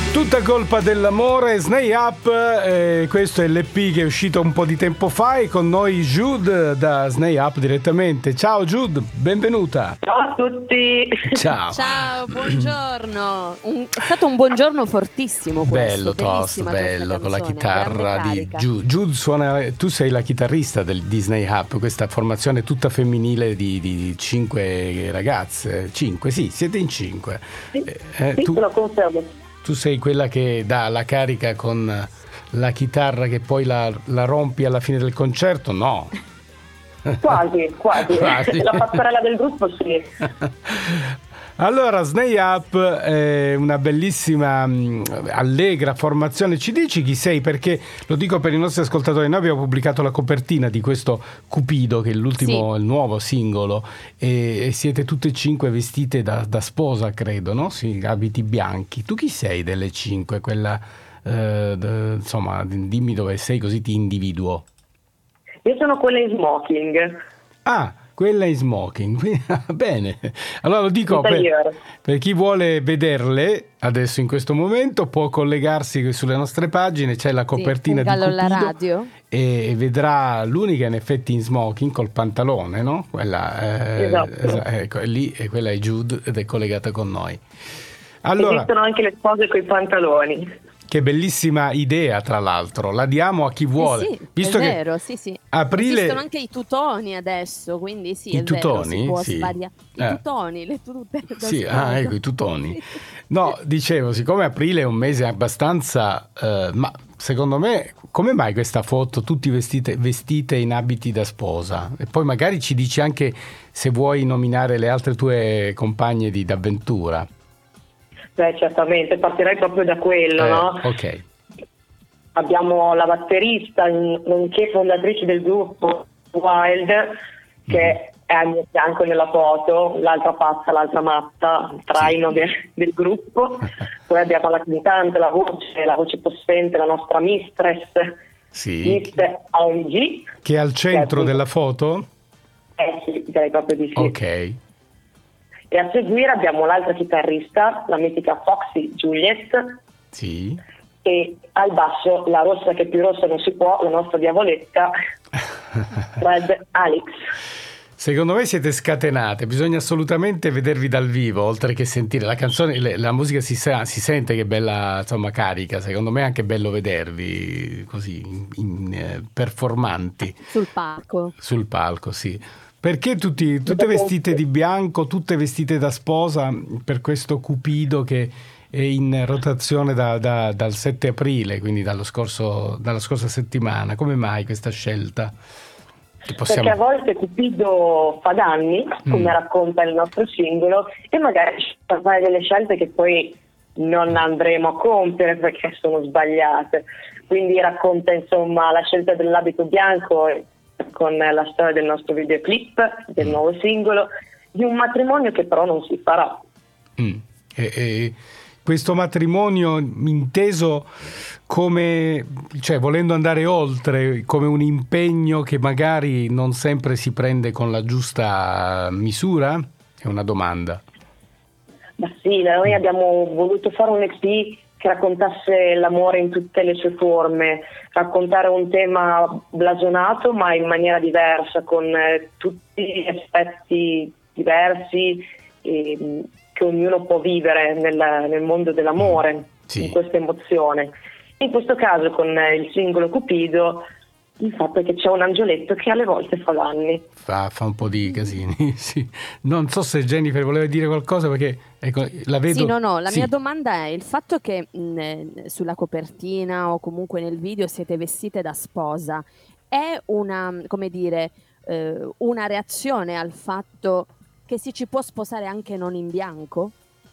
Tutta colpa dell'amore, Snake Up, questo è l'EP che è uscito un po' di tempo fa e con noi Jude da Snake Up direttamente. Ciao Jude, benvenuta. Ciao a tutti. Ciao. Ciao, buongiorno. È stato un buongiorno fortissimo questo. Bello, tosto, bello, con la chitarra di Jude. Jude suona, tu sei la chitarrista di Snake Up, questa formazione tutta femminile di 5 ragazze. 5, sì, siete in 5. Sì, te lo confermo. Tu sei quella che dà la carica con la chitarra che poi la rompi alla fine del concerto? No. Quasi. La passerella del gruppo, sì. Allora, Snake Up è una bellissima, allegra formazione. Ci dici chi sei? Perché lo dico per i nostri ascoltatori, noi abbiamo pubblicato la copertina di questo Cupido, che è l'ultimo, il nuovo singolo, e siete tutte e 5 vestite da sposa, credo, no? Sì, abiti bianchi. Tu chi sei delle 5? Quella, insomma, dimmi dove sei così ti individuo. Io sono quella in smoking. Ah, quella in smoking. Bene, allora lo dico per chi vuole vederle adesso in questo momento, può collegarsi sulle nostre pagine, c'è la copertina di Cupido, la radio, e vedrà l'unica in effetti in smoking col pantalone, no? Quella, esatto. Ecco, lì, e quella è Jude ed è collegata con noi. Allora, esistono anche le spose coi pantaloni. Che bellissima idea, tra l'altro, la diamo a chi vuole. Sì, visto è che vero, sì. Aprile... Esistono anche i tutoni adesso, quindi sì, I tutoni? Vero, si può sì. svariare. I tutoni, le tute. Sì, ecco, i tutoni. No, dicevo, siccome aprile è un mese abbastanza... ma secondo me, come mai questa foto, tutti vestite in abiti da sposa? E poi magari ci dici anche se vuoi nominare le altre tue compagne d'avventura. Beh, certamente, partirei proprio da quello, no? Ok. Abbiamo la batterista, nonché fondatrice del gruppo Wild, che è al mio fianco nella foto, l'altra pazza, l'altra matta, il traino del gruppo. Poi abbiamo la cantante, la voce possente, la nostra mistress, Miss AMG. Che è al centro della foto? Sì, direi proprio di sì. Ok. E a seguire abbiamo l'altra chitarrista, la mitica Foxy Juliet. Sì. E al basso, la rossa che più rossa non si può, la nostra diavoletta, Red Alex. Secondo me siete scatenate, bisogna assolutamente vedervi dal vivo, oltre che sentire la canzone, la musica si sente che è bella, insomma, carica. Secondo me è anche bello vedervi così, performanti. Sul palco. Sul palco, sì. Perché tutte vestite di bianco, tutte vestite da sposa per questo Cupido che è in rotazione dal 7 aprile, quindi dalla scorsa settimana? Come mai questa scelta? Perché a volte Cupido fa danni, come racconta il nostro singolo, e magari fa fare delle scelte che poi non andremo a compiere perché sono sbagliate. Quindi racconta insomma la scelta dell'abito bianco con la storia del nostro videoclip, del nuovo singolo, di un matrimonio che però non si farà. Questo matrimonio inteso come, cioè volendo andare oltre, come un impegno che magari non sempre si prende con la giusta misura? È una domanda. Ma sì, noi abbiamo voluto fare un EP che raccontasse l'amore in tutte le sue forme, raccontare un tema blasonato ma in maniera diversa, con tutti gli aspetti diversi che ognuno può vivere nel mondo dell'amore, in questa emozione. In questo caso con il singolo Cupido, il fatto è che c'è un angioletto che alle volte fa danni. Fa un po' di casini, sì. Non so se Jennifer voleva dire qualcosa, perché ecco, la vedo... Sì, no, la mia domanda è il fatto che sulla copertina o comunque nel video siete vestite da sposa, è una, come dire, una reazione al fatto che si ci può sposare anche non in bianco?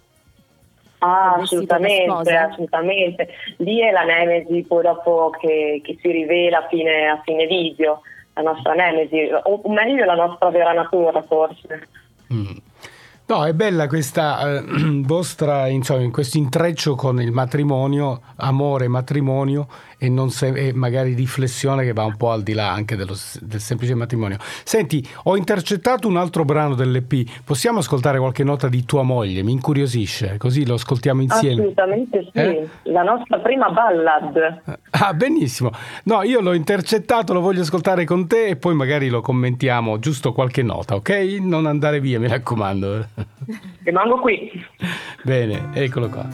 Assolutamente. Lì è la nemesi poi dopo che si rivela a fine video, la nostra nemesi, o meglio la nostra vera natura forse. No, è bella questa vostra, insomma, in questo intreccio con il matrimonio, amore, matrimonio e, e magari riflessione che va un po' al di là anche del semplice matrimonio. Senti, ho intercettato un altro brano dell'EP, possiamo ascoltare qualche nota di Tua moglie? Mi incuriosisce, così lo ascoltiamo insieme. Assolutamente sì, la nostra prima ballad. Ah, benissimo. No, io l'ho intercettato, lo voglio ascoltare con te e poi magari lo commentiamo, giusto qualche nota, ok? Non andare via, mi raccomando. Rimango qui. Bene, eccolo qua.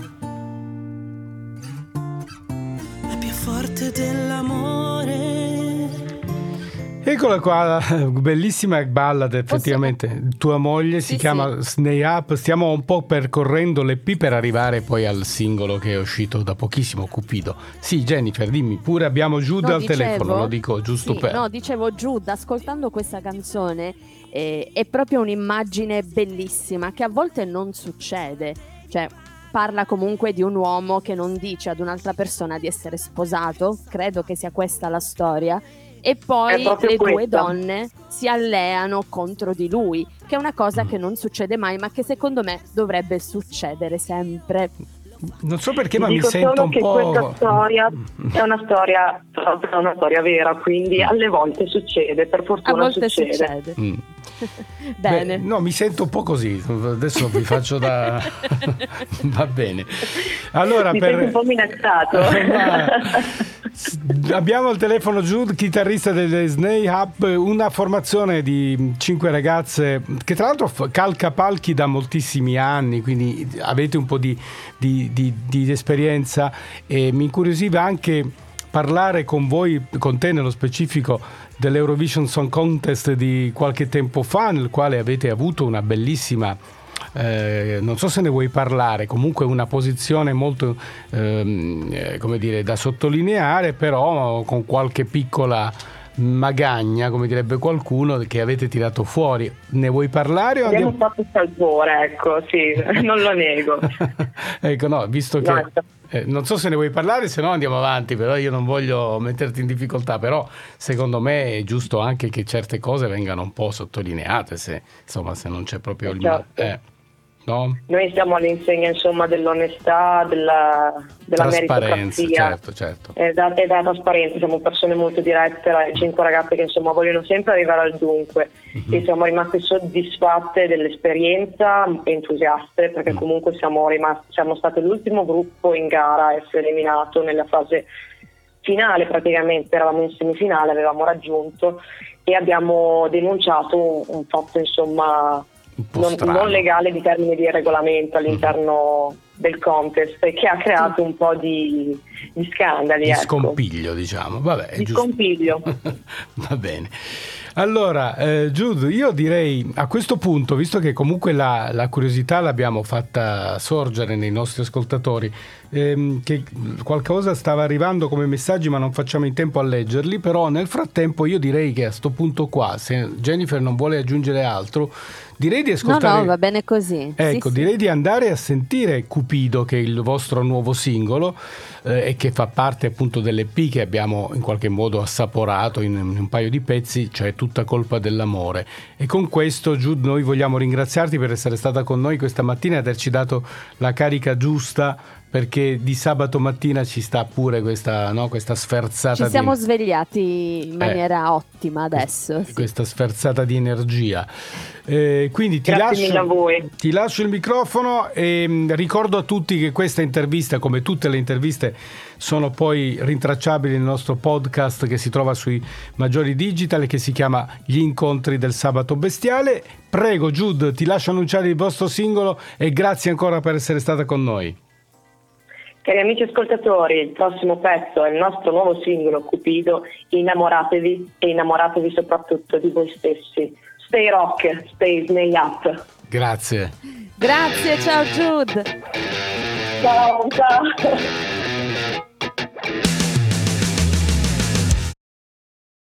È più forte dell'amore. Eccola qua, bellissima ballad effettivamente. Tua moglie si chiama Stay Up. Stiamo un po' percorrendo l'EP per arrivare poi al singolo che è uscito da pochissimo, Cupido. Sì, Jennifer, dimmi pure, abbiamo Jude al telefono, lo dico giusto per... No, dicevo Jude, ascoltando questa canzone è proprio un'immagine bellissima che a volte non succede, cioè parla comunque di un uomo che non dice ad un'altra persona di essere sposato, credo che sia questa la storia, e poi le due donne si alleano contro di lui, che è una cosa che non succede mai, ma che secondo me dovrebbe succedere sempre. Non so perché, ma mi sento un che po'... questa storia è una storia vera, quindi alle volte succede, per fortuna a volte succede. Bene. Beh, no, mi sento un po' così. Adesso vi faccio da... Va bene. Allora, mi sento un po' minacciato. Abbiamo al telefono Jude, chitarrista delle Stay Up, una formazione di 5 ragazze che tra l'altro calca palchi da moltissimi anni, quindi avete un po' di esperienza, e mi incuriosiva anche parlare con voi, con te nello specifico, dell'Eurovision Song Contest di qualche tempo fa, nel quale avete avuto una bellissima, non so se ne vuoi parlare, comunque una posizione molto come dire, da sottolineare, però con qualche piccola magagna, come direbbe qualcuno, che avete tirato fuori. Ne vuoi parlare? Abbiamo fatto salvore, ecco, sì, non lo nego. Ecco, no, visto che non so se ne vuoi parlare, se no andiamo avanti, però io non voglio metterti in difficoltà, però secondo me è giusto anche che certe cose vengano un po' sottolineate, se non c'è proprio il... No? Noi siamo all'insegna, insomma, dell'onestà, della meritocrazia, certo. E della trasparenza. Siamo persone molto dirette, 5 ragazze che insomma vogliono sempre arrivare al dunque, e siamo rimaste soddisfatte dell'esperienza, entusiaste, perché comunque siamo state l'ultimo gruppo in gara a essere eliminato nella fase finale. Praticamente eravamo in semifinale, avevamo raggiunto, e abbiamo denunciato un fatto, insomma, non legale, di termini di regolamento all'interno del contest, che ha creato un po' di scandali, di scompiglio, diciamo. Vabbè, è giusto. Scompiglio. Va bene. Allora, Jude, io direi a questo punto, visto che comunque la curiosità l'abbiamo fatta sorgere nei nostri ascoltatori, che qualcosa stava arrivando come messaggi, ma non facciamo in tempo a leggerli, però nel frattempo io direi che a sto punto qua, se Jennifer non vuole aggiungere altro, direi di ascoltare... No, va bene così. Ecco, sì, direi di andare a sentire Cupido, che è il vostro nuovo singolo, e che fa parte appunto dell'EP che abbiamo in qualche modo assaporato in un paio di pezzi, cioè Tutta colpa dell'amore. E con questo, Jude, noi vogliamo ringraziarti per essere stata con noi questa mattina e averci dato la carica giusta, perché di sabato mattina ci sta pure questa sferzata. Ci siamo svegliati in maniera ottima adesso. Questa sferzata di energia. Quindi ti lascio il microfono e ricordo a tutti che questa intervista, come tutte le interviste, sono poi rintracciabili nel nostro podcast che si trova sui maggiori digital, che si chiama Gli incontri del sabato bestiale. Prego, Jude, ti lascio annunciare il vostro singolo e grazie ancora per essere stata con noi. Cari amici ascoltatori, il prossimo pezzo è il nostro nuovo singolo Cupido. Innamoratevi, e innamoratevi soprattutto di voi stessi. Stay rock, stay up. Grazie. Grazie, ciao Jude. Ciao.